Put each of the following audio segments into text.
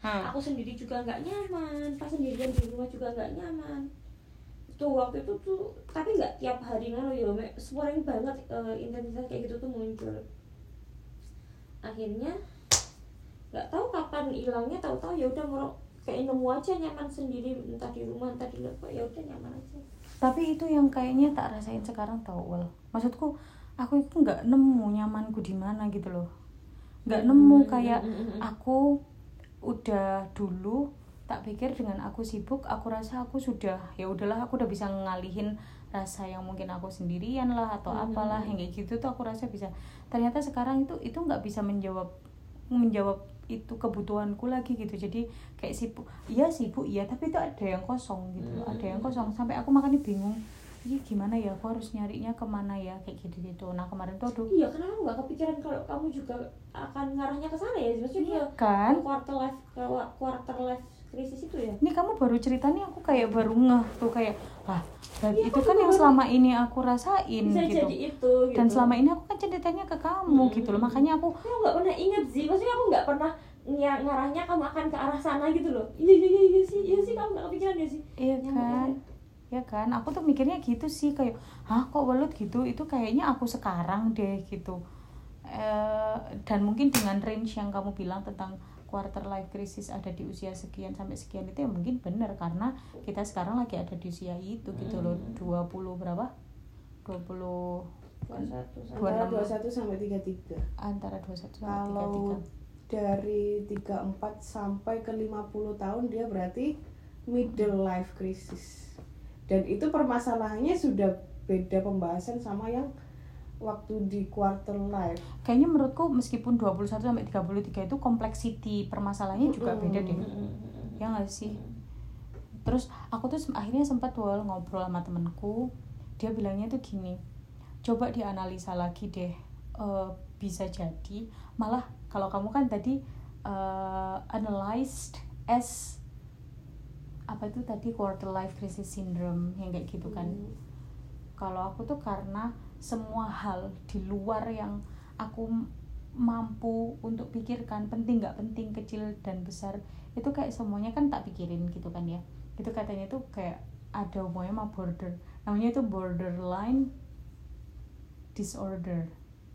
Aku sendiri juga nggak nyaman, pas sendirian di rumah juga nggak nyaman. Tuh waktu itu tuh, tapi nggak tiap hari ngono ya, sering banget intensitas kayak gitu tuh muncul. Akhirnya nggak tahu kapan hilangnya, tahu-tahu ya udah mau kayak nemu aja nyaman sendiri, entah di rumah entah di luar, ya udah nyaman aja. Tapi itu yang kayaknya tak rasain sekarang tau Wel. Maksudku aku itu nggak nemu nyamanku di mana gitu loh, nggak nemu. Kayak aku udah dulu tak pikir dengan aku sibuk, aku rasa aku sudah, ya udahlah aku udah bisa ngalihin rasa yang mungkin aku sendirian lah atau apalah yang kayak gitu tuh aku rasa bisa. Ternyata sekarang itu nggak bisa menjawab itu kebutuhanku lagi gitu. Jadi kayak sibuk iya, tapi itu ada yang kosong gitu loh, ada yang kosong sampai aku makanya bingung ini gimana ya, aku harus nyarinya kemana ya kayak gitu. Nah kemarin tuh aduh, iya, kenapa nggak kepikiran kalau kamu juga akan ngarahnya ke sana ya, maksudnya iya kan, quarter life krisis itu ya. ini kamu baru cerita nih aku kayak baru ngeh tuh, kayak wah Iya, itu kan yang selama ini aku rasain bisa gitu. jadi itu gitu. Dan selama ini aku kan ceritanya ke kamu gitu loh, makanya aku nggak pernah ingat sih, maksudnya aku nggak pernah ngarahnya kamu akan ke arah sana gitu loh. Iya sih kamu nggak kepikiran ya sih. iya kan, ya kan, aku tuh mikirnya gitu sih, kayak kok welut gitu, itu kayaknya aku sekarang deh gitu. Dan mungkin dengan range yang kamu bilang tentang quarter life crisis ada di usia sekian sampai sekian itu ya mungkin benar, karena kita sekarang lagi ada di usia itu gitu loh, 20 berapa? 20 21 sampai 33. Antara 21 sampai 33. Kalau dari 34 sampai ke 50 tahun dia berarti middle life crisis. Dan itu permasalahannya sudah beda pembahasan sama yang waktu di quarter life. Kayaknya menurutku meskipun 21 sampai 33 itu kompleksiti permasalahannya juga beda deh. Ya enggak sih? Terus aku tuh akhirnya sempat ngobrol sama temenku. Dia bilangnya tuh gini, coba dianalisa lagi deh. Bisa jadi malah kalau kamu kan tadi analyzed as apa itu tadi, quarter life crisis syndrome yang kayak gitu kan. Kalau aku tuh karena semua hal di luar yang aku mampu untuk pikirkan, penting nggak penting, kecil dan besar, itu kayak semuanya kan tak pikirin gitu kan ya. Itu katanya tuh kayak ada hubungannya sama border, namanya itu borderline disorder.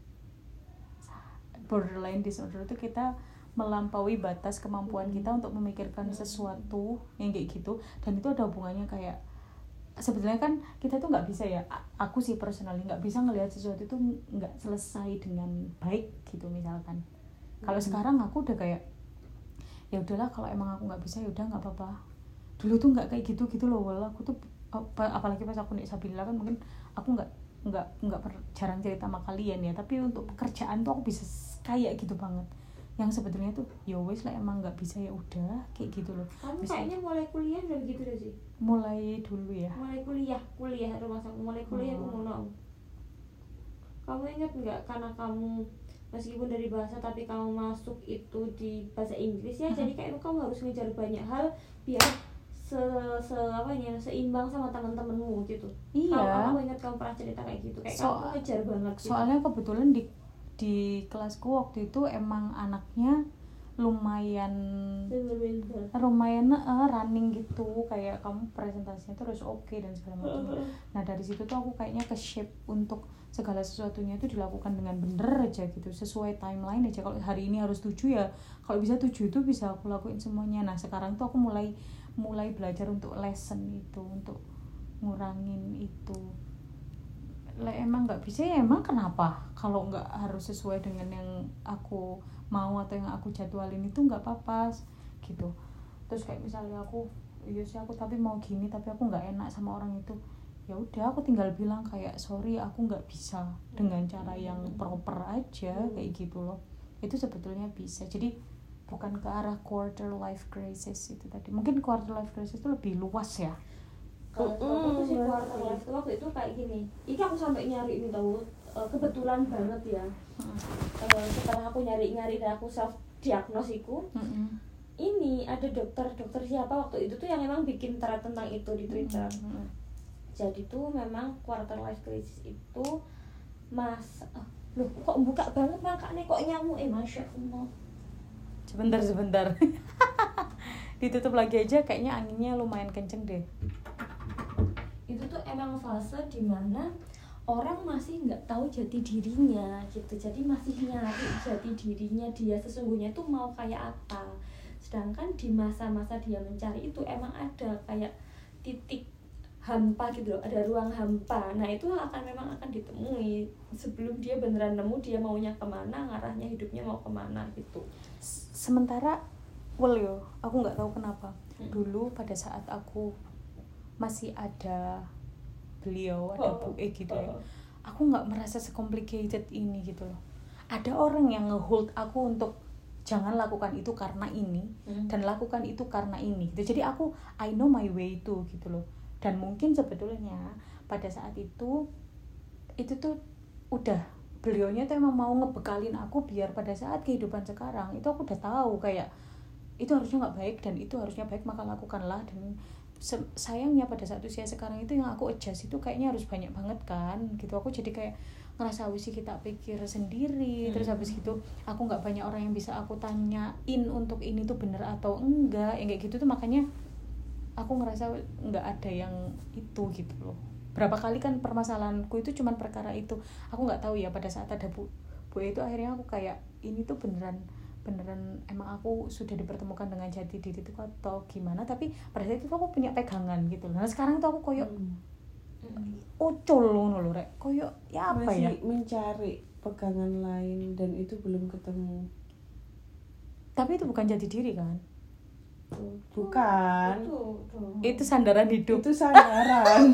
Borderline disorder itu kita melampaui batas kemampuan kita untuk memikirkan sesuatu yang kayak gitu. Dan itu ada hubungannya kayak sebetulnya kan kita tuh nggak bisa ya, aku sih personally nggak bisa ngelihat sesuatu itu nggak selesai dengan baik gitu misalkan. Kalau sekarang aku udah kayak ya udahlah, kalau emang aku nggak bisa ya udah nggak apa-apa. Dulu tuh nggak kayak gitu loh, walau aku tuh apalagi pas aku di Sabila kan mungkin aku nggak jarang cerita sama kalian ya, tapi untuk pekerjaan tuh aku bisa kayak gitu banget, yang sebetulnya tuh ya wes lah emang nggak bisa ya udah kayak gitu loh. Kamu kayaknya mulai kuliah udah gitu deh sih. Mulai dulu ya. Mulai kuliah rumah sakit, mulai kuliah aku mau. Kamu ingat nggak, karena kamu meskipun dari bahasa tapi kamu masuk itu di bahasa Inggris ya, jadi kayak kamu harus ngejar banyak hal biar seimbang sama teman-temanmu gitu. Iya. Kamu ingat kamu pernah cerita kayak gitu, kayak kamu ngejar banget gitu. Soalnya kebetulan di kelasku waktu itu emang anaknya lumayan running gitu, kayak kamu presentasinya terus oke dan segala macam. Nah dari situ tuh aku kayaknya ke shape untuk segala sesuatunya itu dilakukan dengan bener aja gitu, sesuai timeline aja. Kalau hari ini harus 7 ya, kalau bisa 7 itu bisa aku lakuin semuanya. Nah sekarang tuh aku mulai belajar untuk lesson itu, untuk ngurangin itu. Emang nggak bisa ya, emang kenapa kalau nggak harus sesuai dengan yang aku mau atau yang aku jadwalin itu nggak apa-apa gitu. Terus kayak misalnya aku tapi mau gini, tapi aku nggak enak sama orang itu, ya udah aku tinggal bilang kayak sorry aku nggak bisa dengan cara yang proper aja kayak gitu loh. Itu sebetulnya bisa. Jadi bukan ke arah quarter life crisis itu tadi. Mungkin quarter life crisis itu lebih luas ya. Kalau aku tuh sih quarter life itu waktu itu kayak gini. Ini aku sampai nyari ini tahu, kebetulan banget ya. Setelah aku nyari dan aku self diagnosiku, ini ada dokter siapa waktu itu tuh yang memang bikin thread tentang itu di Twitter. Jadi tuh memang quarter life crisis itu loh kok buka banget makanya kok nyamuk, masya Allah. Sebentar ditutup lagi aja kayaknya anginnya lumayan kenceng deh. Itu tuh emang fase dimana orang masih nggak tahu jati dirinya gitu, jadi masih nyari jati dirinya dia sesungguhnya tuh mau kayak apa. Sedangkan di masa-masa dia mencari itu emang ada kayak titik hampa gitu loh, ada ruang hampa. Nah itu memang akan ditemui sebelum dia beneran nemu dia maunya kemana, ngarahnya hidupnya mau kemana gitu. Sementara aku nggak tahu kenapa dulu pada saat aku masih ada beliau, ada Bu E gitu ya, aku nggak merasa secomplicated ini gitu loh. Ada orang yang ngehold aku untuk jangan lakukan itu karena ini dan lakukan itu karena ini gitu. Jadi I know my way itu gitu loh. Dan mungkin sebetulnya pada saat itu tuh udah beliaunya tuh emang mau ngebekalin aku biar pada saat kehidupan sekarang itu aku udah tahu kayak itu harusnya nggak baik dan itu harusnya baik, maka lakukanlah. Dan sayangnya pada saat usia sekarang itu yang aku adjust itu kayaknya harus banyak banget kan gitu. Aku jadi kayak ngerasa wisi kita pikir sendiri, terus habis gitu aku nggak banyak orang yang bisa aku tanyain untuk ini tuh bener atau enggak yang kayak gitu tuh. Makanya aku ngerasa nggak ada yang itu gitu loh. Berapa kali kan permasalahanku itu cuman perkara itu. Aku nggak tahu ya pada saat ada Bu itu akhirnya aku kayak ini tuh beneran emang aku sudah dipertemukan dengan jati diri itu atau gimana. Tapi pada saat itu aku punya pegangan gitu loh. Nah sekarang tuh aku koyok ucul loh rek, koyok ya apa masih ya, mencari pegangan lain dan itu belum ketemu. tapi itu bukan jati diri kan. Bukan, itu sandaran hidup, itu sandaran.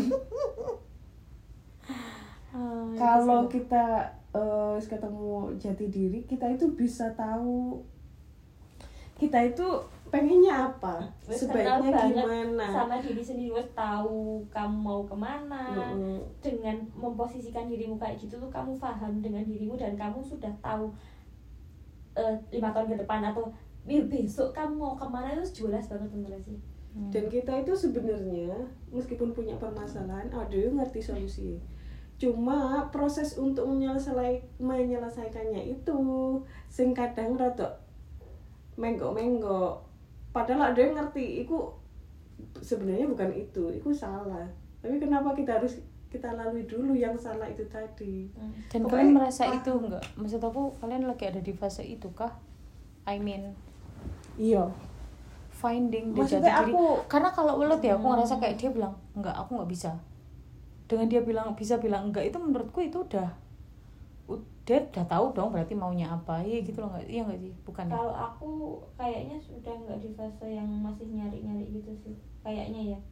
Kalau kita ketemu jati diri, kita itu bisa tahu kita itu pengennya apa, sebaiknya gimana, sama diri sendiri, wes tahu kamu mau kemana. Dengan memposisikan dirimu kayak gitu tuh kamu paham dengan dirimu dan kamu sudah tahu 5 tahun ke depan atau besok kamu mau kemana itu jelas banget bener sih. Dan kita itu sebenarnya meskipun punya permasalahan, ngerti solusi. Cuma proses untuk menyelesaikannya itu sing kadang rada menggok-menggok. Padahal ada yang ngerti, itu sebenarnya bukan itu salah. Tapi kenapa kita lalui dulu yang salah itu tadi? Dan kalian merasa itu enggak? Maksud aku kalian lagi ada di fase itu kah? I mean, iya. Finding the jati diri. Karena kalau Welut ya, aku ngerasa kayak dia bilang enggak, aku nggak bisa. Dengan dia bilang enggak itu menurutku itu udah tahu dong berarti maunya apa ya gitu loh. Iya nggak sih, bukan ya? Kalau aku kayaknya sudah nggak di fase yang masih nyari gitu sih kayaknya ya.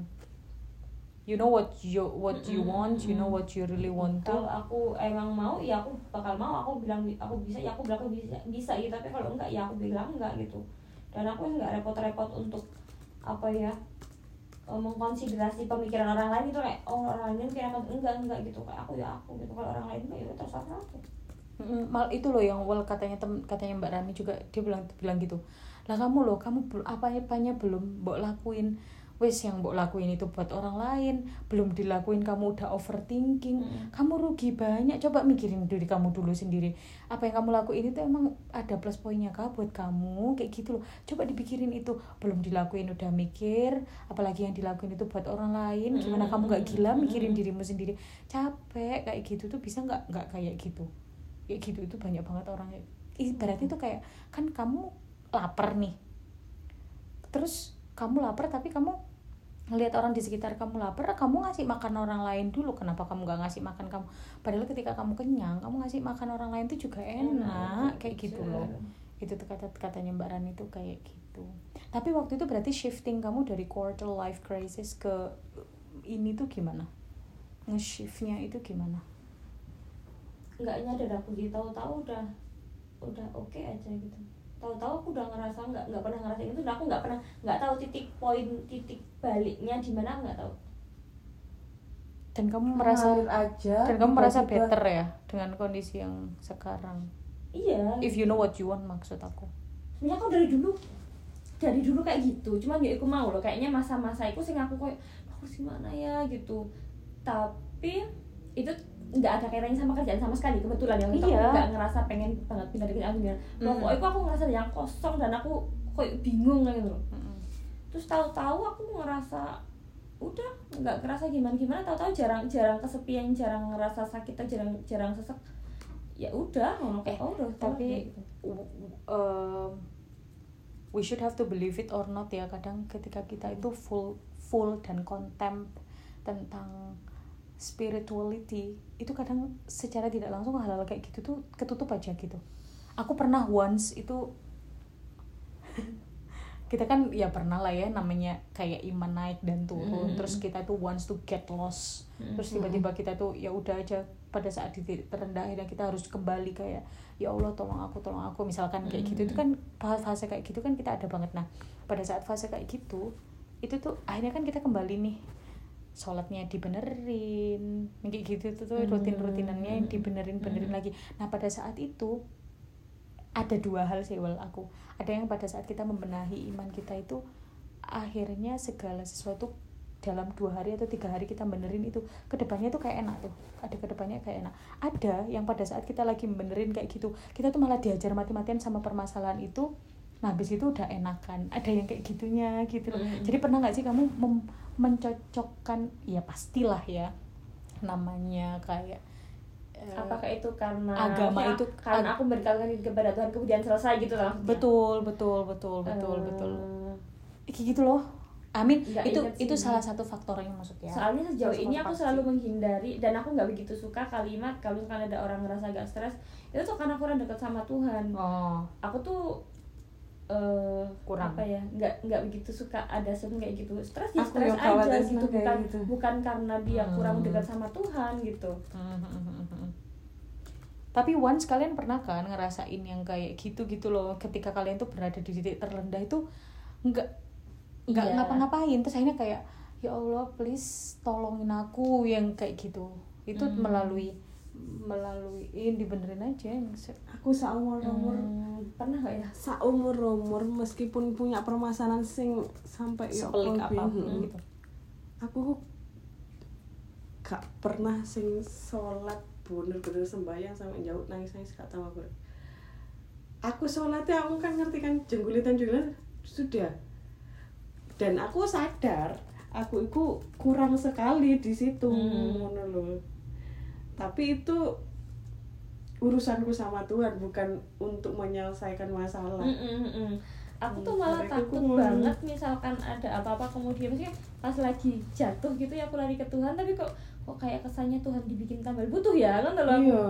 You know what you want, you know what you really want to. Kalau aku emang mau ya aku bakal mau, aku bilang aku bisa ya aku bilang aku bisa gitu. Tapi kalau enggak ya aku bilang enggak gitu. Dan aku nggak repot-repot untuk apa ya, mengkonsiderasi pemikiran orang lain itu kayak orang lain kayak enggak gitu, kayak aku ya aku gitu. Kalau orang lain enggak ya terserah aku. Mal itu loh yang katanya Mbak Rani juga, dia bilang gitu. Lah kamu apanya belum mbok lakuin. Wes yang mbok lakuin itu buat orang lain, belum dilakuin kamu udah overthinking. Kamu rugi banyak. Coba mikirin diri kamu dulu sendiri. Apa yang kamu lakuin itu emang ada plus poinnya kah buat kamu? Kayak gitu loh. Coba dipikirin itu. Belum dilakuin udah mikir, apalagi yang dilakuin itu buat orang lain. Gimana kamu gak gila mikirin dirimu sendiri? Capek kayak gitu tuh bisa nggak kayak gitu. Kayak gitu itu banyak banget orangnya. Berarti itu kayak kan kamu lapar nih. Terus kamu lapar tapi kamu ngelihat orang di sekitar kamu lapar, kamu ngasih makan orang lain dulu. Kenapa kamu gak ngasih makan kamu? Padahal ketika kamu kenyang, kamu ngasih makan orang lain itu juga enak. Kayak gitu loh. Itu tuh katanya Mbak Rani tuh kayak gitu. Tapi waktu itu berarti shifting kamu dari quarter life crisis ke ini tuh gimana? Nge-shiftnya itu gimana? Nggak nyadar aku gitu, tahu-tahu udah oke aja gitu. Tahu-tahu aku udah ngerasa nggak pernah ngerasain itu, dan aku nggak tahu titik baliknya di mana, nggak tahu. Dan kamu merasa better ya dengan kondisi yang sekarang. Iya. If you know what you want, maksud aku. Sebenarnya aku dari dulu kayak gitu, cuman ya aku mau loh kayaknya masa-masa itu sing aku kayak harus gimana ya gitu. Tapi itu nggak ada kaitannya sama kerjaan sama sekali kebetulan yang aku nggak ngerasa pengen banget pindah dari kerjaan. Pokoknya aku ngerasa yang kosong dan aku kayak bingung gitu loh. Terus tahu-tahu aku ngerasa udah nggak ngerasa gimana, tahu-tahu jarang kesepian, jarang ngerasa sakit, jarang sesek. Ya udah, udah. Tapi we should have to believe it or not ya, kadang ketika kita itu full dan contempt tentang spirituality, itu kadang secara tidak langsung hal-hal kayak gitu tuh ketutup aja gitu. Aku pernah once itu kita kan ya pernah lah ya, namanya kayak iman naik dan turun, terus kita tuh wants to get lost, terus tiba-tiba kita tuh ya udah aja pada saat di titik terendah akhirnya kita harus kembali kayak ya Allah tolong aku misalkan kayak gitu. Itu kan fase kayak gitu kan kita ada banget. Nah pada saat fase kayak gitu itu tuh akhirnya kan kita kembali nih, sholatnya dibenerin kayak gitu tuh rutinannya dibenerin lagi. Nah pada saat itu ada dua hal sih aku. Ada yang pada saat kita membenahi iman kita itu akhirnya segala sesuatu dalam 2 hari atau 3 hari kita benerin itu kedepannya tuh kayak enak tuh. Ada kedepannya kayak enak. Ada yang pada saat kita lagi benerin kayak gitu kita tuh malah diajar mati-matian sama permasalahan itu. Nah habis itu udah enakan. Ada yang kayak gitunya gitu loh. Jadi pernah gak sih kamu mencocokkan, ya pastilah ya, namanya kayak apakah itu karena agama itu karena aku berkali kepada Tuhan kemudian selesai gitu lah. Betul. Kayak gitu loh. Amin. Itu salah satu faktornya maksudnya. Soalnya sejauh ini aku selalu menghindari dan aku nggak begitu suka kalimat kalau misalkan ada orang ngerasa agak stres itu tuh karena kurang dekat sama Tuhan. Aku tuh kurang apa ya, nggak begitu suka ada kayak gitu. Stres ya stres aja gitu, bukan karena dia kurang dekat sama Tuhan gitu. Tapi once kalian pernah kan ngerasain yang kayak gitu loh, ketika kalian tuh berada di titik terendah itu nggak ngapa-ngapain, terus akhirnya kayak ya Allah please tolongin aku yang kayak gitu. Itu melalui dibenerin aja. Aku seumur-umur pernah gak ya? Seumur-umur meskipun punya permasalahan sing sampai sepelik apapun gitu. Aku gak pernah sing sholat bener-bener sembahyang sampai jauh nangis gak tahu aku. Aku sholatnya aku kan ngerti kan jenggulitan sudah. Dan aku sadar aku itu kurang sekali di situ ngono lho. Tapi itu urusanku sama Tuhan, bukan untuk menyelesaikan masalah. Aku tuh malah takut banget misalkan ada apa-apa kemudian maksudnya pas lagi jatuh gitu ya aku lari ke Tuhan, tapi kok kayak kesannya Tuhan dibikin tambah butuh ya kan loh. Iya.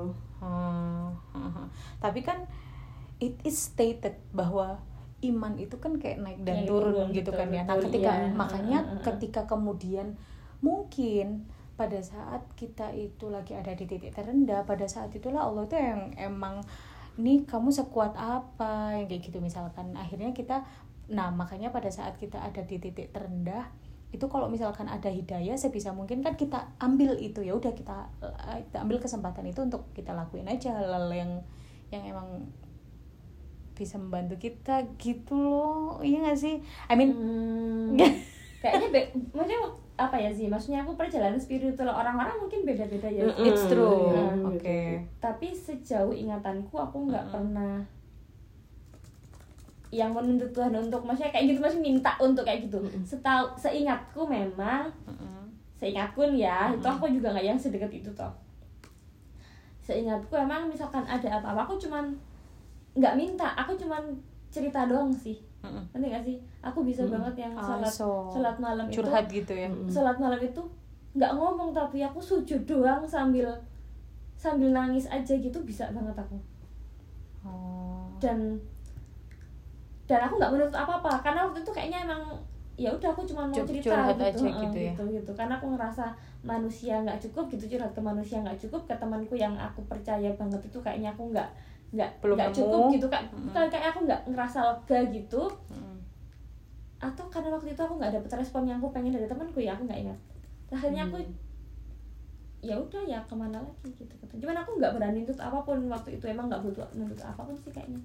Tapi kan it is stated bahwa iman itu kan kayak naik dan turun gitu kan ya. Nah makanya ketika kemudian mungkin pada saat kita itu lagi ada di titik terendah, pada saat itulah Allah itu yang emang nih kamu sekuat apa yang kayak gitu misalkan. Akhirnya kita, nah makanya pada saat kita ada di titik terendah itu kalau misalkan ada hidayah sebisa mungkin kan kita ambil itu, ya udah kita ambil kesempatan itu untuk kita lakuin aja hal-hal yang emang bisa membantu kita gitu loh. Iya nggak sih? I mean kayaknya maksudnya apa ya sih, maksudnya aku perjalanan spiritual orang-orang mungkin beda-beda ya. It's true. Oke. Tapi sejauh ingatanku aku nggak pernah yang menuntut Tuhan untuk maksudnya kayak gitu, maksudnya minta untuk kayak gitu. Seingatku memang seingatku ya itu aku juga nggak yang sedekat itu toh. Seingatku emang misalkan ada apa-apa aku cuman nggak minta, aku cuman cerita doang sih. Nanti gak sih? Aku bisa banget yang salat malam itu curhat gitu ya. Salat malam itu nggak ngomong tapi aku sujud doang sambil nangis aja gitu, bisa banget aku. Dan aku nggak menuntut apa-apa karena waktu itu kayaknya emang ya udah aku cuma mau cerita gitu. Karena aku ngerasa manusia nggak cukup gitu, curhat ke manusia nggak cukup, ke temanku yang aku percaya banget itu kayaknya aku nggak cukup gitu kayak aku nggak ngerasa lega gitu. Atau karena waktu itu aku nggak dapet respon yang aku pengen dari temanku, ya aku nggak ingat. Akhirnya aku ya udah ya kemana lagi gitu. Cuman aku nggak berani nuntut apapun waktu itu, emang nggak butuh nuntut apapun sih kayaknya.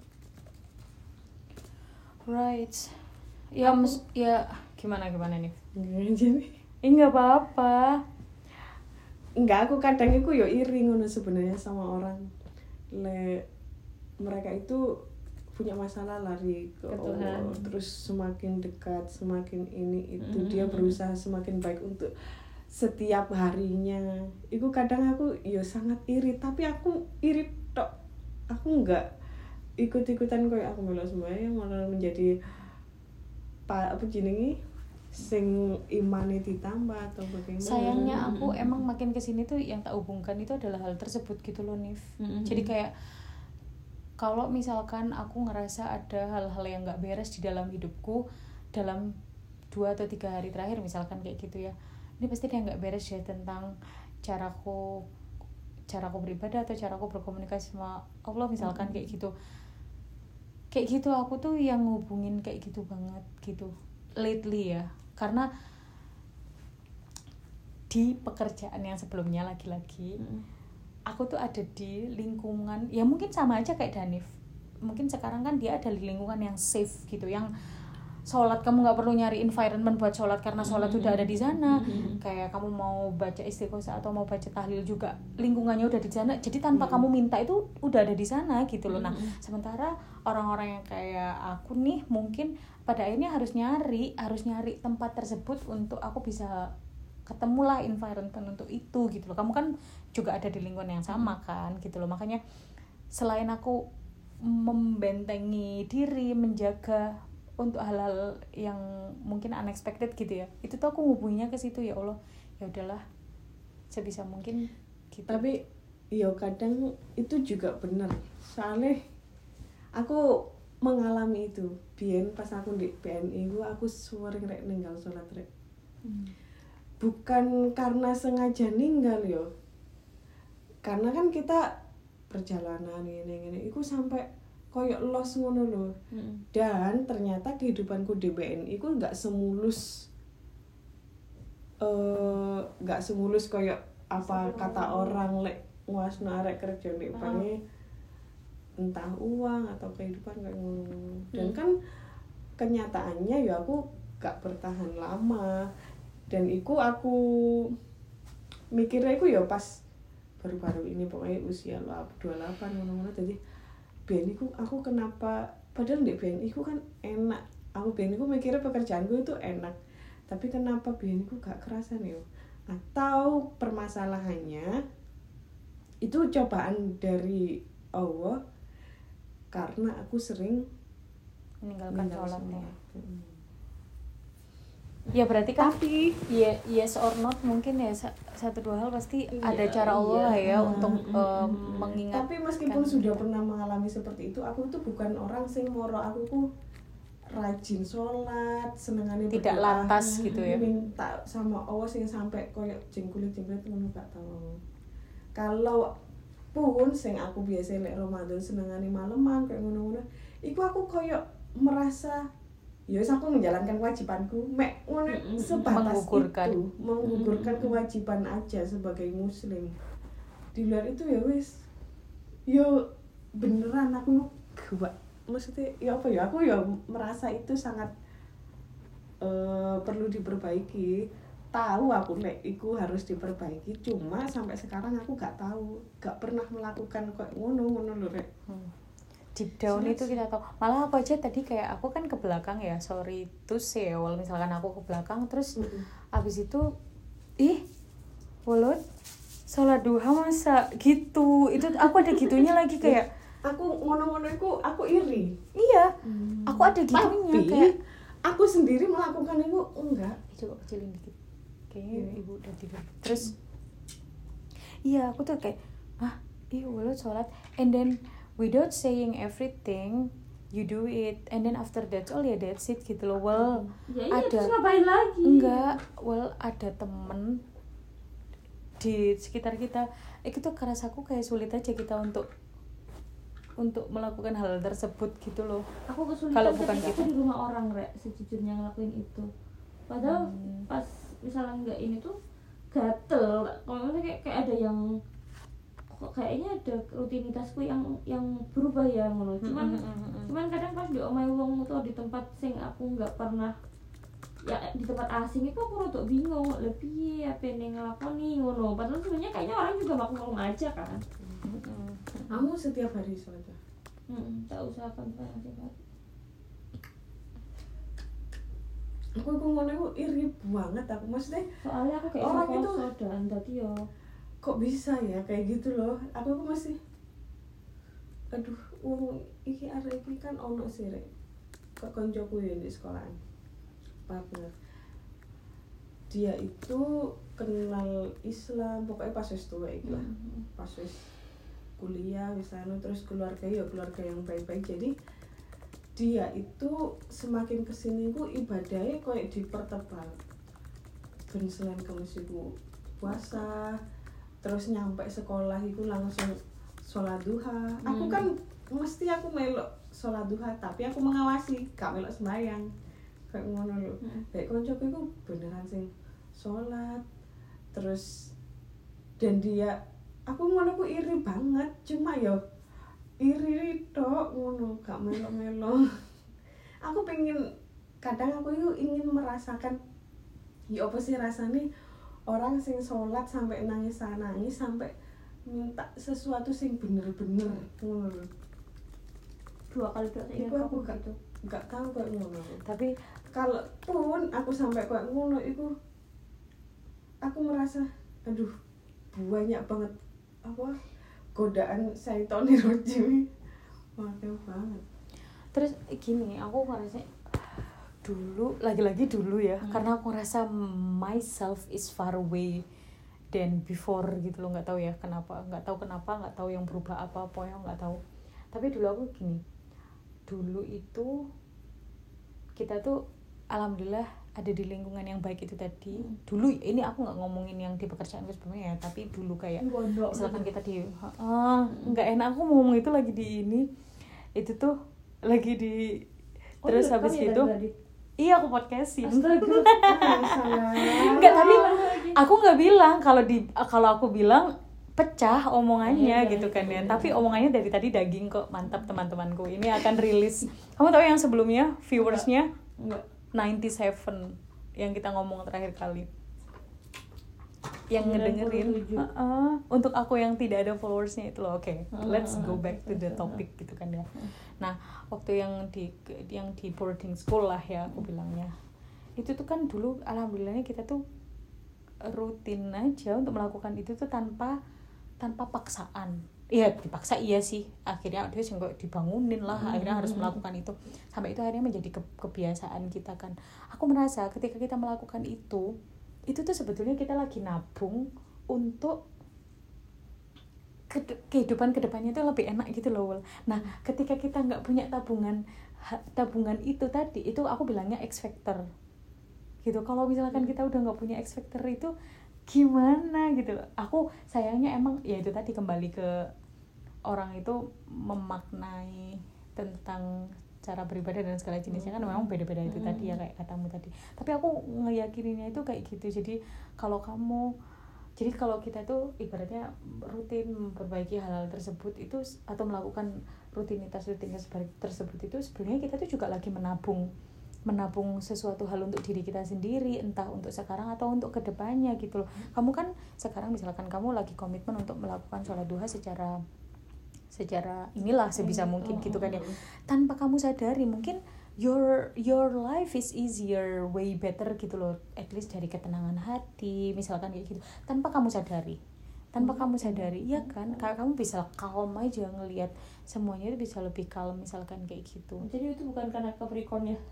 Right. Ya ya gimana nih? Enggak apa-apa. Enggak, aku kadang itu yo iri ngono sebenarnya sama orang. Mereka itu punya masalah lari ke Tuhan. Allah, terus semakin dekat, semakin ini itu dia berusaha semakin baik untuk setiap harinya. Itu kadang aku ya sangat iri, tapi aku iri tok. Aku enggak ikut-ikutan kayak aku melu sembahyang malah menjadi apa jenenge sing imane ditambah atau bagaimana. Sayangnya aku emang makin kesini tuh yang tak hubungkan itu adalah hal tersebut gitu loh, Nif. Jadi kayak kalau misalkan aku ngerasa ada hal-hal yang nggak beres di dalam hidupku dalam 2 atau 3 hari terakhir misalkan kayak gitu ya, ini pasti dia nggak beres ya tentang caraku beribadah atau caraku berkomunikasi sama Allah misalkan kayak gitu aku tuh yang ngubungin kayak gitu banget gitu lately ya, karena di pekerjaan yang sebelumnya lagi-lagi aku tuh ada di lingkungan ya mungkin sama aja kayak Danif, mungkin sekarang kan dia ada di lingkungan yang safe gitu, yang sholat kamu nggak perlu nyari environment buat sholat karena sholat udah ada di sana. Kayak kamu mau baca istighosah atau mau baca tahlil juga lingkungannya udah di sana, jadi tanpa kamu minta itu udah ada di sana gitu loh. Nah sementara orang-orang yang kayak aku nih mungkin pada akhirnya harus nyari tempat tersebut untuk aku bisa ketemulah environment untuk itu gitu loh. Kamu kan juga ada di lingkungan yang sama kan gitu loh, makanya selain aku membentengi diri, menjaga untuk hal-hal yang mungkin unexpected gitu ya, itu tuh aku ngubunginya ke situ. Ya Allah, ya udahlah sebisa mungkin gitu. Tapi ya kadang itu juga benar, soalnya aku mengalami itu biyen pas aku di BNI aku sering rek ninggal sholat rek. Bukan karena sengaja ninggal yo, karena kan kita perjalanan ini itu sampai koyok los ngono lho. Dan ternyata kehidupanku di BNI ku nggak semulus koyok apa kata orang lek nguasno arek kerja nek pange entah uang atau kehidupan kayak ngono. Dan kan kenyataannya ya aku gak bertahan lama, dan iku aku mikirnya iku ya pas baru-baru ini pokoknya usia 28 ngono-ngono. Jadi BNI ku aku kenapa, padahal di BNI ku kan enak, aku BNI ku mikirnya pekerjaanku itu enak, tapi kenapa BNI ku gak kerasan ya? Atau permasalahannya itu cobaan dari Allah karena aku sering meninggalkan sholatnya. Ya berarti kan yes or not mungkin ya satu dua hal pasti ada cara Allah ya untuk mengingatkan. Tapi meskipun sudah pernah mengalami seperti itu, aku tuh bukan orang sing moro, aku tuh rajin sholat, senengane tidak lantas gitu ya. Minta sama Allah sing sampai koyo jengkulit-jengkulit ngono gak tau. Kalau pun sing aku biasa lek Ramadan senengane maleman kayak ngono-ngono, iku aku koyo merasa ya aku menjalankan kewajibanku mek ngono sebatas menggugurkan kewajiban aja sebagai muslim. Di luar itu ya wis yo beneran aku gak maksudnya ya apa ya, aku ya merasa itu sangat perlu diperbaiki. Tahu aku lek iku harus diperbaiki, cuma sampai sekarang aku gak tahu, gak pernah melakukan kok ngono lho rek. Deep down itu kita tahu. Malah aku aja tadi kayak aku kan ke belakang ya, sorry to say ya, misalkan aku ke belakang terus abis itu Wolot sholat duha masa gitu, itu aku ada gitunya lagi kayak aku ngono-ngono aku iri. Iya, aku ada gitunya. Tapi kayak aku sendiri melakukan itu enggak. Coba kecilin dikit, kayaknya ibu udah tidur. Terus iya aku tuh kayak Wolot sholat and then without saying everything you do it, and then after that's all ya that's it gitu loh. Ada ngapain lagi? Enggak, ada temen di sekitar kita itu tuh kerasaku kayak sulit aja kita untuk melakukan hal tersebut gitu loh. Aku kesulitan kalau bukan ketika di rumah orang rek sejujurnya ngelakuin itu, padahal pas misalnya enggak ini tuh gatel. Kalau misalnya kayak ada yang kayaknya ada rutinitasku yang berubah ya ngono. Cuman kadang pas di omahe wong utawa di tempat sing aku nggak pernah ya, di tempat asing itu aku rada bingung lebih apa yang ngelakoni ngono. Padahal sebenarnya kayaknya orang juga maklum aja kan. Kamu setiap hari sholat? Tak usahakan sekarang. Aku ngono iku iri banget aku, maksudnya soalnya aku kayak orang itu dan tadi yo kok bisa ya kayak gitu loh. Aku masih aduh, wong iki arek iki kan ono sih rek. Kok koncoku ya di sekolahan. Partner. Dia itu kenal Islam pokoknya pas wis tuwa iki lah. Pas wis kuliah wis anu terus keluarga yang baik-baik. Jadi dia itu semakin kesini ku ibadahnya kayak dipertebal. Ben selain kemis iku puasa, terus nyampe sekolah iku langsung sholat duha. Aku kan mesti aku melok sholat duha, tapi aku mengawasi, gak melok sembahyang. Kayak ngono lho. Kayak koncoku iku beneran sing sholat. Terus dan dia aku ngono ku iri banget, cuma yo iri tok ngono, gak melo-melo. Aku pengen, kadang aku itu ingin merasakan ya apa sih rasanya orang sing sholat sampai nangis sampai minta sesuatu sing bener-bener ngono. 2 kali berarti itu aku gak tahu kayak ngono. Tapi kalau pun aku sampai kayak ngono itu aku merasa aduh banyak banget apa godaan syaitan di rojim. Waduh banget. terus gini, aku ngerasa dulu, lagi-lagi dulu ya, karena aku ngerasa myself is far away than before gitu loh, nggak tahu ya kenapa, nggak tahu yang berubah apa ya, nggak tahu. Tapi dulu aku gini, dulu itu kita tuh alhamdulillah ada di lingkungan yang baik itu tadi. Dulu ini aku nggak ngomongin yang di pekerjaanku sebelumnya ya, tapi dulu kayak misalkan kita di nggak enak aku mau ngomong itu lagi di ini, itu tuh lagi di terus habis itu iya aku podcastin. Enggak, tapi aku nggak bilang kalau aku bilang pecah omongannya gitu kan ya. Tapi omongannya dari tadi daging kok, mantap teman-temanku. Ini akan rilis. Kamu tahu yang sebelumnya viewersnya 97 yang kita ngomong terakhir kali. Yang ngedengerin untuk aku yang tidak ada followersnya itu loh. Oke, let's go back to the topic gitu kan ya. Nah, waktu yang di boarding school lah ya aku bilangnya. Itu tuh kan dulu alhamdulillahnya kita tuh rutin aja untuk melakukan itu tuh tanpa paksaan. Iya, dipaksa iya sih. Akhirnya dia sehingga dibangunin lah, akhirnya harus melakukan itu. Sampai itu akhirnya menjadi kebiasaan kita kan. Aku merasa ketika kita melakukan itu tuh sebetulnya kita lagi nabung untuk kehidupan kedepannya itu lebih enak gitu loh. Nah, ketika kita nggak punya tabungan itu tadi, itu aku bilangnya X factor gitu. Kalau misalkan kita udah nggak punya X factor itu gimana gitu loh. Aku sayangnya emang ya itu tadi, kembali ke orang itu memaknai tentang cara beribadah dan segala jenisnya kan memang beda-beda itu tadi ya, kayak katamu tadi. Tapi aku ngeyakininnya itu kayak gitu. Jadi kalau kita tuh ibaratnya rutin memperbaiki hal-hal tersebut itu, atau melakukan rutinitas tersebut itu, sebenarnya kita tuh juga lagi menabung sesuatu hal untuk diri kita sendiri, entah untuk sekarang atau untuk kedepannya gitu loh. Kamu kan sekarang misalkan kamu lagi komitmen untuk melakukan sholat duha secara inilah sebisa mungkin gitu kan ya, tanpa kamu sadari mungkin your life is easier, way better gitu loh, at least dari ketenangan hati misalkan kayak gitu, tanpa kamu sadari ya kan. Kayak kamu bisa calm aja ngelihat semuanya itu bisa lebih calm misalkan kayak gitu. Jadi itu bukan karena Capricorn ya.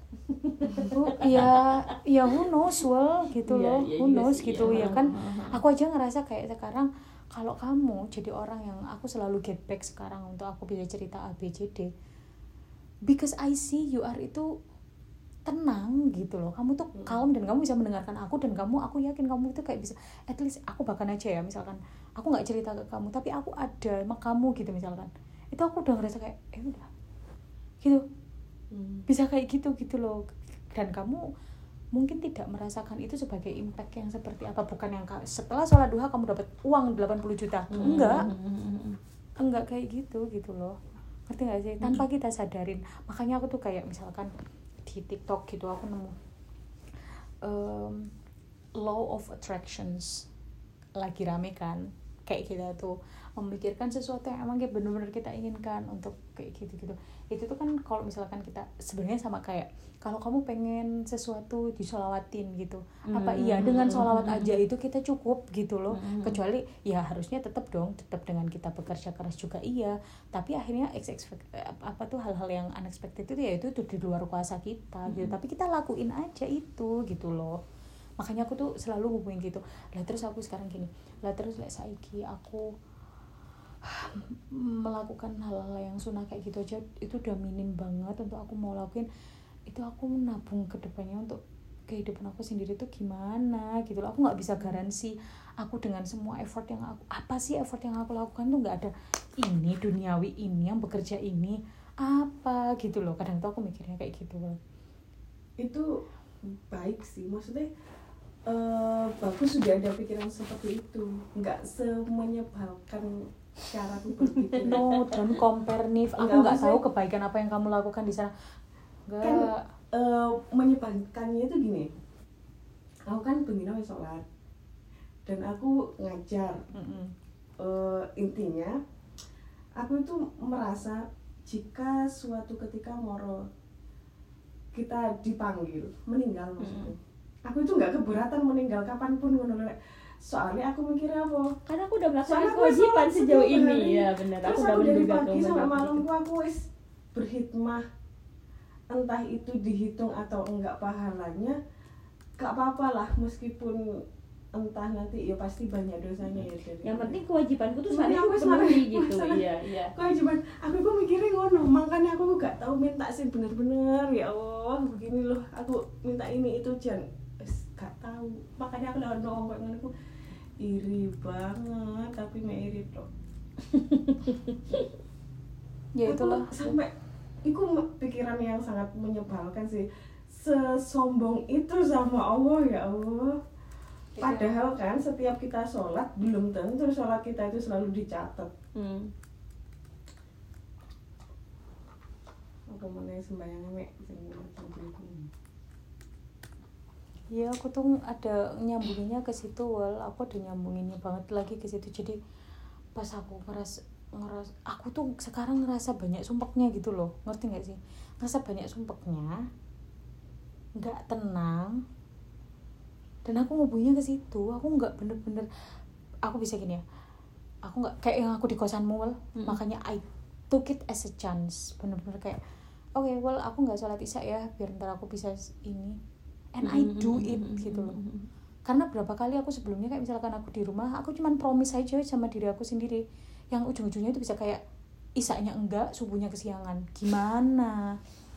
ya who knows gitu loh, who knows gitu ya kan. Aku aja ngerasa kayak sekarang kalau kamu jadi orang yang aku selalu get back sekarang untuk aku bisa cerita ABCD, because I see you are itu tenang gitu loh, kamu tuh calm dan kamu bisa mendengarkan aku, dan aku yakin kamu itu kayak bisa, at least aku bahkan aja ya misalkan aku nggak cerita ke kamu tapi aku ada sama kamu gitu misalkan, itu aku udah ngerasa kayak udah gitu, bisa kayak gitu loh. Dan kamu mungkin tidak merasakan itu sebagai impact yang seperti apa, bukan yang setelah sholat duha kamu dapat uang 80 juta, enggak kayak gitu loh, ngerti nggak sih? Tanpa kita sadarin. Makanya aku tuh kayak misalkan di TikTok gitu aku nemu law of attractions lagi rame kan, kayak kita tuh memikirkan sesuatu yang emang kayak benar-benar kita inginkan untuk kayak gitu-gitu. Itu tuh kan kalau misalkan kita sebenarnya sama kayak kalau kamu pengen sesuatu disolawatin gitu, apa iya dengan sholawat aja itu kita cukup gitu loh. Kecuali ya harusnya tetap dengan kita bekerja keras juga iya, tapi akhirnya apa tuh hal-hal yang unexpected itu ya itu di luar kuasa kita gitu, tapi kita lakuin aja itu gitu loh. Makanya aku tuh selalu hubungin gitu lah. Terus aku sekarang gini lah, terus saiki aku melakukan hal-hal yang sunnah kayak gitu aja itu udah minim banget untuk aku mau lakuin itu. Aku menabung ke depannya untuk kehidupan aku sendiri tuh gimana gitu loh. Aku nggak bisa garansi aku dengan semua effort yang effort yang aku lakukan tuh nggak ada ini duniawi ini yang bekerja ini apa gitu loh. Kadang tuh aku mikirnya kayak gitu loh. Itu baik sih, maksudnya bagus sudah ada pikiran seperti itu, nggak semenyebalkan cara aku berpikir. No, don't compare nih. Aku nggak tahu kebaikan apa yang kamu lakukan di sana. Nggak. Kan menyebalkannya itu gini, aku kan pengen sholat dan aku ngajar. Intinya aku itu merasa jika suatu ketika moro kita dipanggil meninggal maksudnya, aku itu nggak keberatan meninggal kapanpun ngono. Soalnya aku mikirnya apa? Karena aku udah melakukan kewajiban sejauh ini. Ya benar. Terus aku dari pagi sampai malamku aku wis berkhidmah, entah itu dihitung atau enggak pahalanya, gak apa-apa lah meskipun entah nanti ya pasti banyak dosanya ya. Yang penting kewajibanku tuh sehari aku penuhi gitu. Iya. Kewajiban aku mikirnya ngono, makanya aku gak tahu minta sih bener-bener ya Allah begini loh, aku minta ini itu jangan gak tahu. Makanya aku lawan ngomong aku iri banget, tapi iri dong. Ya itulah sampai itu pikiran yang sangat menyebalkan sih, sesombong itu sama Allah ya Allah. Padahal kan setiap kita sholat belum tentu sholat kita itu selalu dicatat. Apa mana sembahyangnya mek ya aku tuh ada nyambunginnya ke situ. Aku ada nyambunginnya banget lagi ke situ. Jadi pas aku ngeras aku tuh sekarang ngerasa banyak sumpeknya gitu loh, ngerti nggak sih? Ngerasa banyak sumpeknya, nggak tenang, dan aku ngubungnya ke situ. Aku nggak bener-bener, aku bisa gini ya, aku nggak kayak yang aku di kosanmu makanya I took it as a chance, bener-bener kayak oke, aku nggak sholat isya ya biar ntar aku bisa ini, and I do it gitu loh. Karena berapa kali aku sebelumnya kayak misalkan aku di rumah, aku cuman promise aja sama diri aku sendiri, yang ujung-ujungnya itu bisa kayak isaknya enggak, subuhnya kesiangan, gimana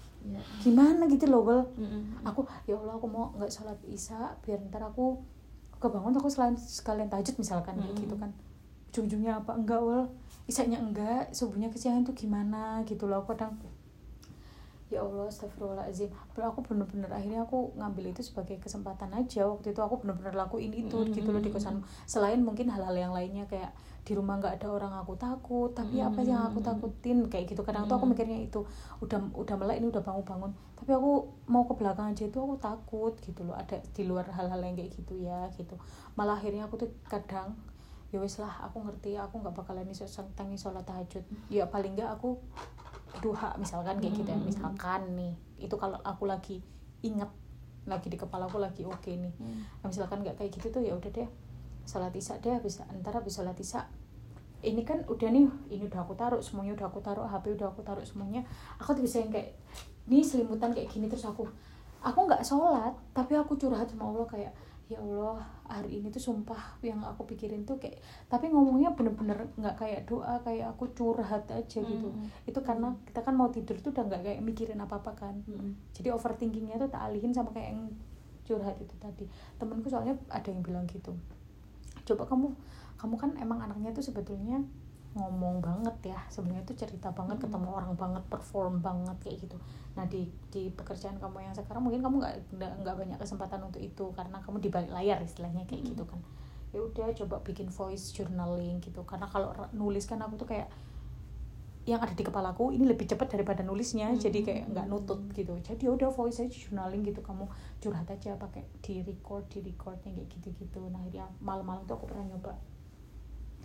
gitu loh. Aku ya Allah, aku mau nggak sholat isya biar ntar aku kebangun aku sekalian tahajud misalkan kayak gitu kan. Ujung-ujungnya apa? Enggak, isaknya enggak, subuhnya kesiangan tuh gimana gitu loh. Aku kadang ya Allah, astagfirullahaladzim. Aku bener-bener akhirnya aku ngambil itu sebagai kesempatan aja. Waktu itu aku bener-bener lakuin itu gitu loh di kosan. Selain mungkin hal-hal yang lainnya kayak di rumah nggak ada orang aku takut, tapi apa yang aku takutin kayak gitu. Kadang tuh aku mikirnya itu udah melek ini udah bangun, tapi aku mau ke belakang aja itu aku takut gitu loh. Ada di luar hal-hal yang kayak gitu ya gitu. Malah akhirnya aku tuh kadang ya wes lah, aku ngerti aku nggak bakalan iso tangi sholat tahajud. Ya paling nggak aku duha misalkan kayak gitu ya. Misalkan nih itu kalau aku lagi inget, lagi di kepala aku lagi oke nih. Nah, misalkan nggak kayak gitu tuh ya udah deh, sholat isya deh, habis sholat isya ini kan udah nih, ini udah aku taruh semuanya, udah aku taruh HP, udah aku taruh semuanya. Aku tuh bisa yang kayak nih selimutan kayak gini, terus aku nggak sholat tapi aku curhat sama Allah kayak ya Allah, hari ini tuh sumpah yang aku pikirin tuh kayak, tapi ngomongnya bener-bener nggak kayak doa, kayak aku curhat aja gitu. Itu karena kita kan mau tidur tuh udah nggak kayak mikirin apa-apa kan. Jadi overthinkingnya tuh tak alihin sama kayak yang curhat itu tadi. Temenku soalnya ada yang bilang gitu, coba kamu kan emang anaknya tuh sebetulnya ngomong banget ya, sebenarnya tuh cerita banget, ketemu orang banget, perform banget kayak gitu. Nah di pekerjaan kamu yang sekarang mungkin kamu nggak banyak kesempatan untuk itu karena kamu di balik layar istilahnya kayak gitu kan. Ya udah coba bikin voice journaling gitu, karena kalau nulis kan aku tuh kayak yang ada di kepalaku ini lebih cepat daripada nulisnya, jadi kayak nggak nutut gitu. Jadi udah voice aja journaling gitu, kamu curhat aja pakai di recordnya kayak gitu. Nah ya malam-malam tuh aku pernah nyoba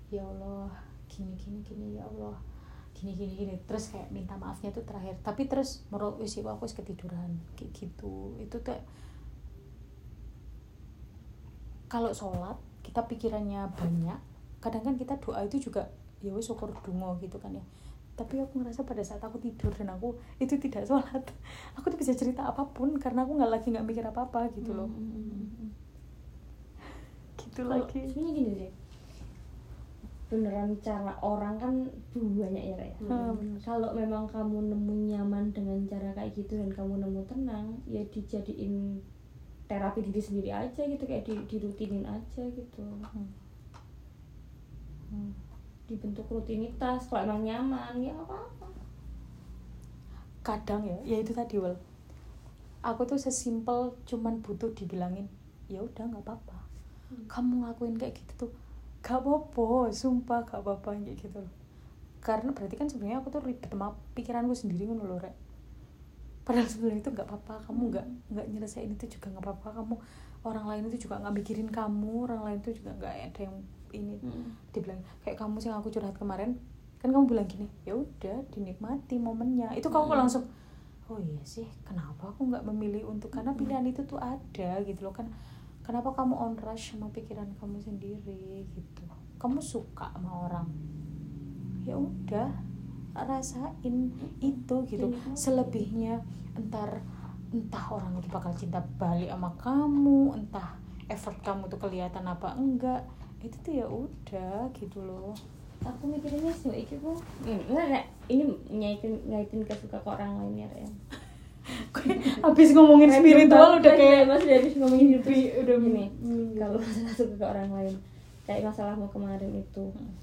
ya Allah gini ya Allah gini terus kayak minta maafnya tuh terakhir, tapi terus menurut aku ketiduran kayak gitu. Itu tuh kalau sholat kita pikirannya banyak, kadang kan kita doa itu juga ya wis syukur dungo gitu kan ya, tapi aku ngerasa pada saat aku tidur dan aku itu tidak sholat, aku tuh bisa cerita apapun karena aku nggak mikir apa gitu loh. Gitu lagi. Sebenarnya gini sih, beneran cara orang kan banyak ya kayak. Kalau memang kamu nemu nyaman dengan cara kayak gitu dan kamu nemu tenang, ya dijadiin terapi diri sendiri aja gitu, kayak dirutinin aja gitu. Dibentuk rutinitas, kalau emang nyaman ya nggak apa-apa. Kadang ya itu tadi Wel, aku tuh sesimpel cuman butuh dibilangin ya udah nggak apa-apa, kamu ngelakuin kayak gitu tuh gak apa-apa, sumpah gak apa-apa kayak gitu loh. Karena berarti kan sebenarnya aku tuh ribet sama pikiranku sendiri ngono lho rek. Padahal sebenarnya itu nggak apa-apa, kamu nggak nyelesain itu juga nggak apa-apa, kamu orang lain itu juga nggak mikirin kamu, orang lain itu juga nggak ada yang ini. Dibilang kayak kamu sih aku curhat kemarin kan, kamu bilang gini ya udah dinikmati momennya itu, kamu langsung oh iya sih kenapa aku nggak memilih untuk, karena pilihan itu tuh ada gitu loh kan. Kenapa kamu on rush sama pikiran kamu sendiri gitu? Kamu suka sama orang ya udah rasain itu gitu. Selebihnya entah orang itu bakal cinta balik sama kamu, entah effort kamu tuh kelihatan apa enggak, itu tuh ya udah gitu loh. Aku mikirnya sih iki ku ini ngaitin ke suka ke orang lain ya Ren. Habis ngomongin spiritual udah kayak masih habis ngomongin hidup udah gini. Kalau masalah suka ke orang lain kayak masalahmu kemarin itu,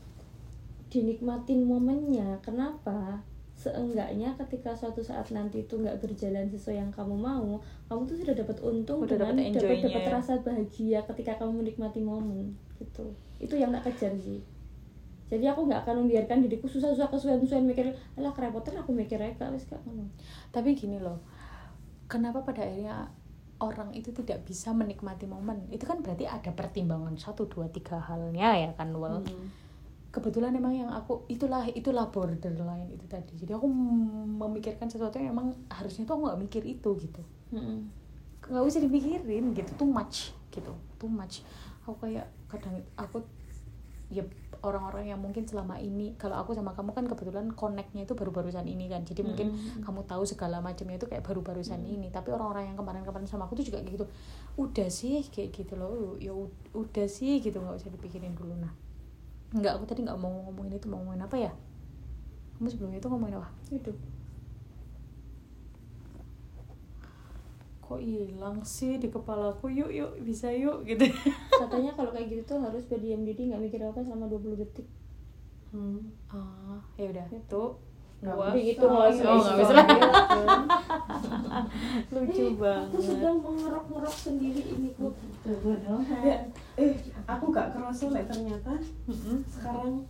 dinikmatin momennya. Kenapa? Seenggaknya ketika suatu saat nanti itu nggak berjalan sesuai yang kamu mau, kamu tuh sudah dapat untung dan dapat rasa bahagia ketika kamu menikmati momen gitu. Itu yang tak kejar sih. Jadi aku nggak akan membiarkan diriku susah-susah kesusahan mikir alah kerepotan, aku mikirnya gak wis gak ngono. Tapi gini loh, kenapa pada akhirnya orang itu tidak bisa menikmati momen? Itu kan berarti ada pertimbangan 1, 2, 3 halnya ya kan Wel. Kebetulan emang yang aku itulah borderline itu tadi. Jadi aku memikirkan sesuatu yang emang harusnya tuh aku nggak mikir itu gitu. Nggak usah dipikirin gitu, too much. Aku kayak kadang aku ya orang-orang yang mungkin selama ini, kalau aku sama kamu kan kebetulan connect-nya itu baru-barusan ini kan, jadi mungkin kamu tahu segala macamnya itu kayak baru-barusan ini. Tapi orang-orang yang kemarin-kemarin sama aku tuh juga kayak gitu, udah sih kayak gitu loh, ya udah sih gitu, nggak usah dipikirin dulu. Nah nggak, aku tadi nggak mau ngomongin itu, mau ngomongin apa ya? Kamu sebelumnya itu ngomongin apa? Hidup. Kok hilang sih di kepalaku, yuk bisa yuk gitu. Katanya kalau kayak gitu tuh harus berdiam diri, nggak mikir apa selama 20 detik. Ya udah tuh nggak itu nggak bisa lucu banget. Aku sedang mengerok sendiri ini kok. Aku gak kerasa ternyata sekarang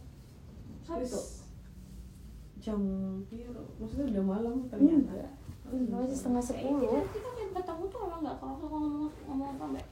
jam maksudnya udah malam ternyata. Masih setengah 10. Kita kayak ketemu tuh emang nggak kerasa ngomong apa mbak.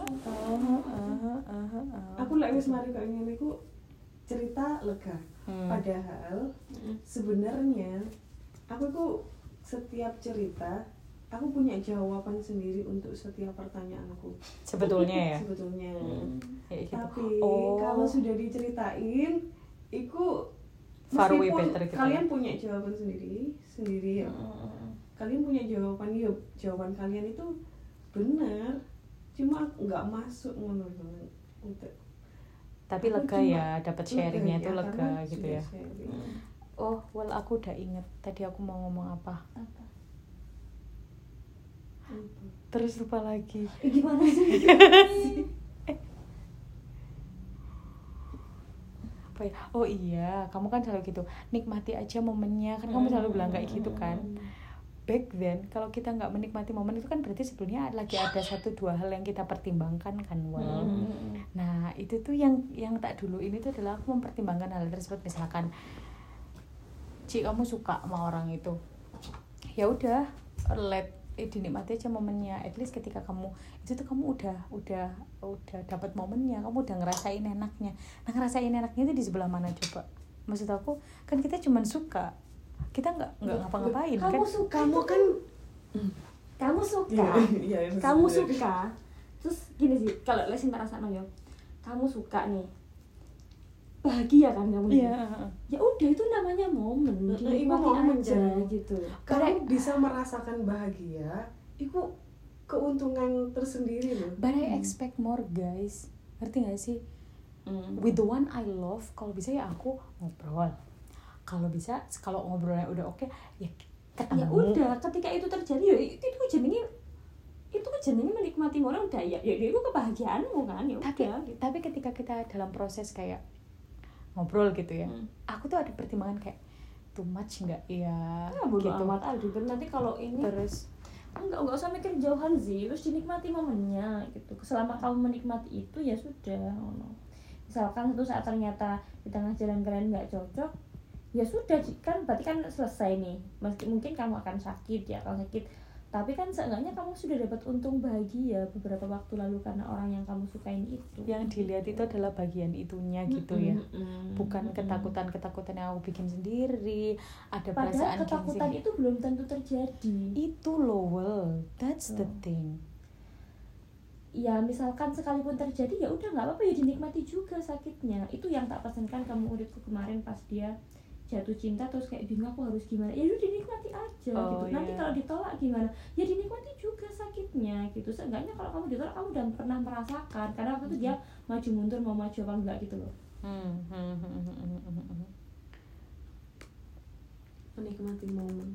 Aku lagi mari kok ingin aku cerita lega. Padahal sebenarnya aku tuh setiap cerita aku punya jawaban sendiri untuk setiap pertanyaanku. Sebetulnya ya. Gitu. Tapi kalau sudah diceritain, itu meskipun kalian punya jawaban sendiri ya. Kalian punya jawaban, yuk jawaban kalian itu benar, cuma nggak masuk menurut untuk. Tapi lega ya, dapat sharingnya itu lega gitu ya. Oh, well aku udah inget tadi aku mau ngomong apa. Terus lupa lagi. Gimana sih? Apa ya? Oh iya, kamu kan selalu gitu, nikmati aja momennya kan, kamu selalu bilang kayak gitu kan. Back then kalau kita nggak menikmati momen itu kan berarti sebelumnya lagi ada 1-2 hal yang kita pertimbangkan kan. Nah itu tuh yang tak dulu ini tuh adalah aku mempertimbangkan hal tersebut. Misalkan Ci, kamu suka sama orang itu, ya udah let dinikmati aja momennya. At least ketika kamu itu tuh kamu udah dapat momennya, kamu udah ngerasain enaknya. Nah, ngerasain enaknya itu di sebelah mana coba? Maksud aku kan kita cuma suka, kita nggak ngapa-ngapain kan. Kamu suka kamu suka terus gini sih, kalau lesin tak rasa yo, kamu suka nih bahagia kan kamu, ya udah itu namanya momen, dinikmati aja gitu. Kamu bisa merasakan bahagia itu keuntungan tersendiri loh. But I expect more guys, ngerti gak sih? With the one I love, kalau bisa ya aku ngobrol, kalau bisa kalau ngobrolnya udah oke ya ketemu. Ya udah, ketika itu terjadi ya itu jenenge menikmati orang udah ya itu kebahagiaanmu kan, ya udah. Tapi ketika kita dalam proses kayak ngobrol gitu ya, aku tuh ada pertimbangan kayak too much nggak ya, bodo gitu. amat Aldi, nanti kalau ini Terus enggak usah mikir jauhan sih, terus dinikmati momennya gitu. Selama kamu menikmati itu ya sudah. Misalkan suatu saat ternyata di tengah jalan kalian nggak cocok, ya sudah kan berarti kan selesai nih. Mungkin kamu akan sakit, tapi kan seenggaknya kamu sudah dapat untung bahagia beberapa waktu lalu karena orang yang kamu sukain itu. Yang dilihat itu adalah bagian itunya gitu ya, bukan ketakutan yang aku bikin sendiri. Ada padahal perasaan ketakutan itu belum tentu terjadi. Itu loh, that's the thing. Ya misalkan sekalipun terjadi ya udah nggak apa-apa, ya dinikmati juga sakitnya. Itu yang tak pesankan kamu muridku kemarin pas dia jatuh cinta terus kayak bingung aku harus gimana, ya udah dinikmati aja gitu. Nanti kalau ditolak gimana, ya dinikmati juga sakitnya gitu. Seenggaknya kalau kamu ditolak kamu udah pernah merasakan, karena waktu itu dia maju mundur mau maju apa enggak gitu loh. Menikmati momen.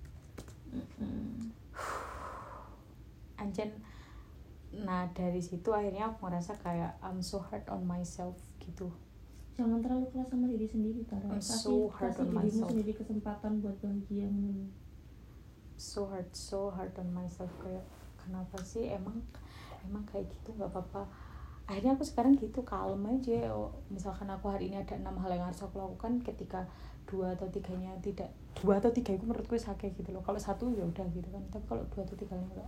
Anjen. Nah dari situ akhirnya aku ngerasa kayak I'm so hard on myself gitu. Jangan terlalu keras sama diri sendiri, Tara. Kasih dirimu sendiri kesempatan buat bahagia. So hard on myself, kayak kenapa sih emang kayak gitu, nggak apa-apa. Akhirnya aku sekarang gitu kalem aja. Misalkan aku hari ini ada 6 hal yang harus aku lakukan, ketika 2 atau 3-nya tidak, 2 atau 3 itu menurutku sakit gitu loh. Kalau 1 ya udah gitu kan, tapi kalau 2 atau 3-nya enggak,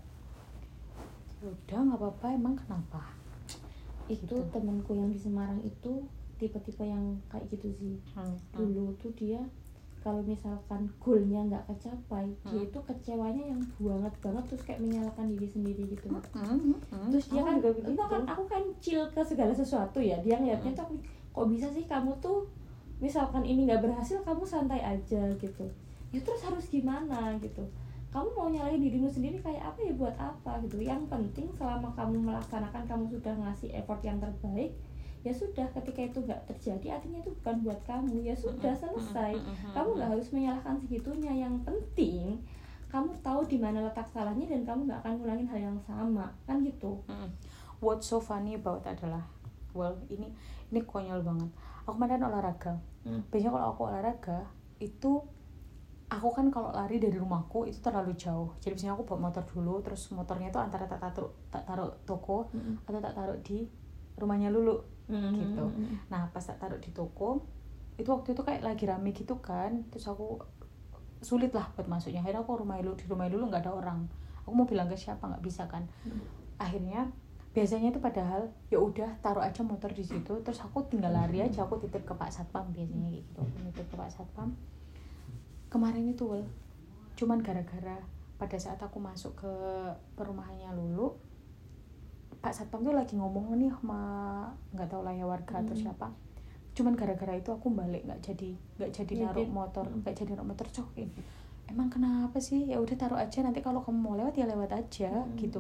ya udah nggak apa-apa. Emang kenapa? Itu gitu. Temanku yang di Semarang itu tipe-tipe yang kayak gitu sih. Dulu tuh dia kalau misalkan goalnya nggak kecapai, dia itu kecewanya yang banget terus kayak menyalahkan diri sendiri gitu. Terus dia kan itu kan aku kan chill ke segala sesuatu ya, dia ngeliatnya tuh kok bisa sih kamu tuh misalkan ini nggak berhasil kamu santai aja gitu. Ya terus harus gimana gitu, kamu mau nyalahin dirimu sendiri kayak apa ya, buat apa gitu. Yang penting selama kamu melaksanakan, kamu sudah ngasih effort yang terbaik, ya sudah. Ketika itu nggak terjadi artinya itu bukan buat kamu, ya sudah selesai. Kamu nggak harus menyalahkan segitunya. Yang penting kamu tahu di mana letak salahnya dan kamu nggak akan ngulangin hal yang sama kan gitu. What's so funny about adalah, ini konyol banget. Aku kemarin olahraga. Biasanya kalau aku olahraga itu aku kan kalau lari dari rumahku itu terlalu jauh, jadi biasanya aku bawa motor dulu, terus motornya itu antara tak taruh toko atau tak taruh di rumahnya Lulu gitu. Nah pas tak taruh di toko itu waktu itu kayak lagi rame gitu kan, terus aku sulit lah buat masuknya. Akhirnya aku di rumah Lulu nggak ada orang, aku mau bilang ke siapa, nggak bisa kan. Akhirnya biasanya itu padahal ya udah taruh aja motor di situ, terus aku tinggal lari aja, aku titip ke Pak Satpam biasanya gitu, titip ke Pak Satpam. Kemarin itu cuman gara-gara pada saat aku masuk ke perumahannya Lulu, Pak Satpam tuh lagi ngomong nih sama nggak tahu lah ya warga atau siapa, cuman gara-gara itu aku balik nggak jadi naruh motor, cokin. Emang kenapa sih? Ya udah taruh aja, nanti kalau kamu mau lewat ya lewat aja gitu.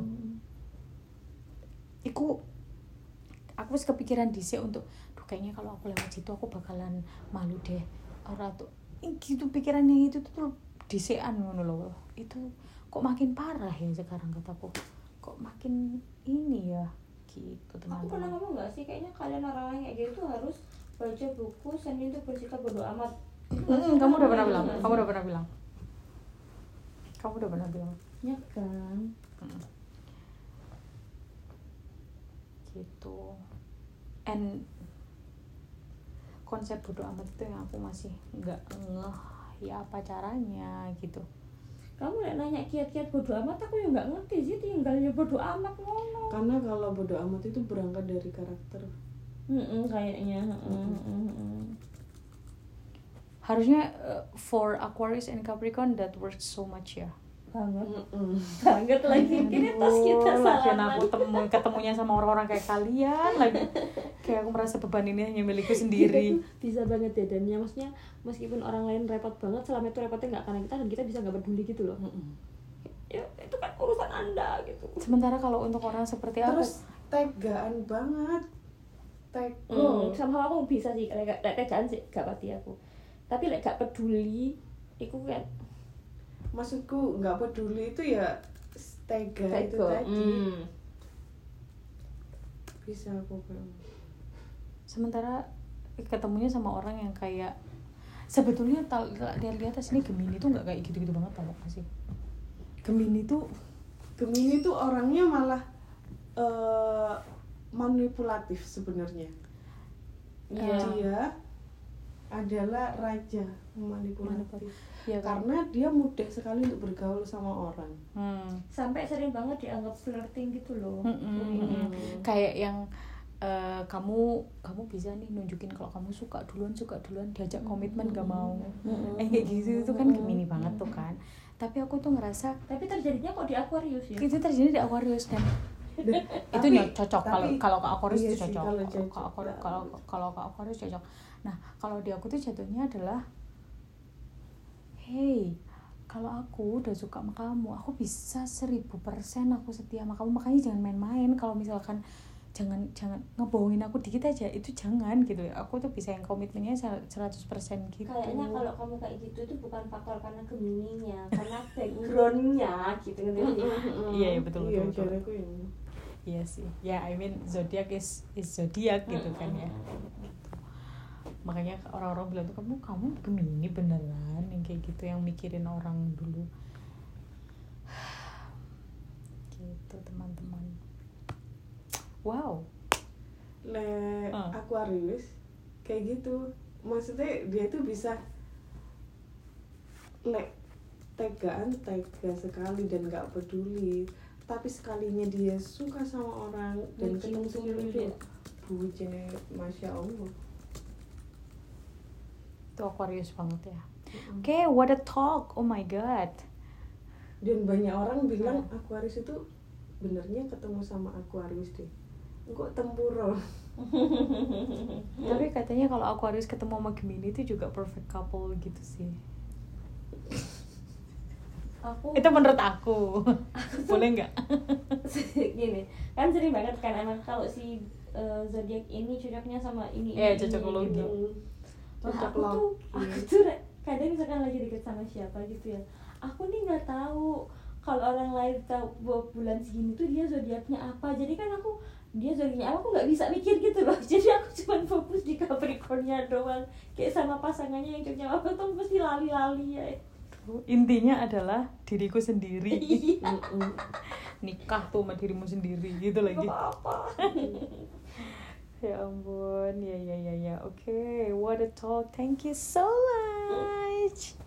Aku wis kepikiran dhisik untuk kayaknya kalau aku lewat situ aku bakalan malu deh, ora tuh gitu pikirannya itu tuh dhisekan ngono loh. Itu kok makin parah ya sekarang kataku, kok makin ini ya gitu teman-teman. Aku pernah ngomong nggak sih kayaknya kalian orang-orang kayak gitu harus baca buku Senin itu bersikap bodo amat. Kamu udah pernah bilang ya kan. Gitu. And konsep bodo amat itu yang aku masih nggak ngeh ya apa caranya gitu. kamu nanya kiat-kiat bodo amat, aku ya nggak ngerti sih, tinggalnya bodo amat ngono. Karena kalau bodo amat itu berangkat dari karakter. Kayaknya. Harusnya for Aquarius and Capricorn that works so much ya. Banget lagi. Ini tos kita salaman. Aku ketemunya sama orang-orang kayak kalian lagi. Kayak aku merasa beban ini hanya milikku sendiri. Bisa banget ya, dan ya maksudnya meskipun orang lain repot banget, selama itu repotnya nggak karena kita dan kita bisa nggak peduli gitu loh. Ya itu kan urusan Anda gitu. Sementara kalau untuk orang seperti aku, terus tegaan banget. Sama aku bisa sih, tegaan sih gak pati aku. Tapi gak peduli, itu kan. Maksudku nggak peduli itu ya tega itu tadi. Bisa aku bilang. Sementara ketemunya sama orang yang kayak sebetulnya lihat di atas ini Gemini tuh nggak kayak gitu-gitu banget tau gak sih? Gemini tuh orangnya malah manipulatif sebenarnya. Dia adalah raja manipulatif. Ya, kan? Karena dia mudah sekali untuk bergaul sama orang. Sampai sering banget dianggap flirting gitu loh. Kayak yang kamu bisa nih nunjukin kalau kamu suka duluan diajak komitmen gak mau. Kayak gitu itu kan Gemini banget tuh kan. Tapi aku tuh ngerasa terjadinya kok di Aquarius ya. Itu terjadi di Aquarius dan itu cocok kalau ke Aquarius itu cocok. Kalau ke Aquarius cocok. Nah, kalau di aku tuh jatuhnya adalah hey, kalau aku udah suka sama kamu, aku bisa 1000% aku setia sama kamu. Makanya jangan main-main. Kalau misalkan jangan ngebohongin aku dikit aja, itu jangan gitu. Aku tuh bisa yang komitmennya 100% gitu. Kayaknya kalau kamu kayak gitu itu bukan faktor karena Gemininya, karena backgroundnya gitu kan. Iya betul. Ini. Iya sih. Ya, I mean zodiak is zodiak gitu kan ya. Makanya orang-orang bilang tuh kamu Gemini beneran yang kayak gitu, yang mikirin orang dulu. Gitu teman-teman. Wow. Aquarius kayak gitu. Maksudnya dia tuh bisa tega sekali dan nggak peduli. Tapi sekalinya dia suka sama orang dan ketemu itu bucinnya Masya Allah. Itu Aquarius banget ya. Oke, what a talk. Oh my god. Dan banyak orang bilang Aquarius itu benernya ketemu sama Aquarius deh. Kok tempurung. Tapi katanya kalau Aquarius ketemu sama Gemini itu juga perfect couple gitu sih. Itu menurut aku. Boleh nggak? Gini, kan sering banget kan emang kalau si zodiak ini cocoknya sama ini. Cocokologi. Gitu. Aku tuh kadang misalkan lagi deket sama siapa gitu ya, aku nih nggak tahu kalau orang lain tahu bulan segini tuh dia zodiaknya apa. Jadi kan dia zodiaknya apa, aku nggak bisa mikir gitu loh. Jadi aku cuma fokus di Capricornnya doang. Kayak sama pasangannya yang cocoknya apa tuh mesti lali-lali ya. Intinya adalah diriku sendiri. Nikah tuh sama dirimu sendiri gitu lagi. Apa-apa. Ya ampun, ya. Okay, what a talk. Thank you so much.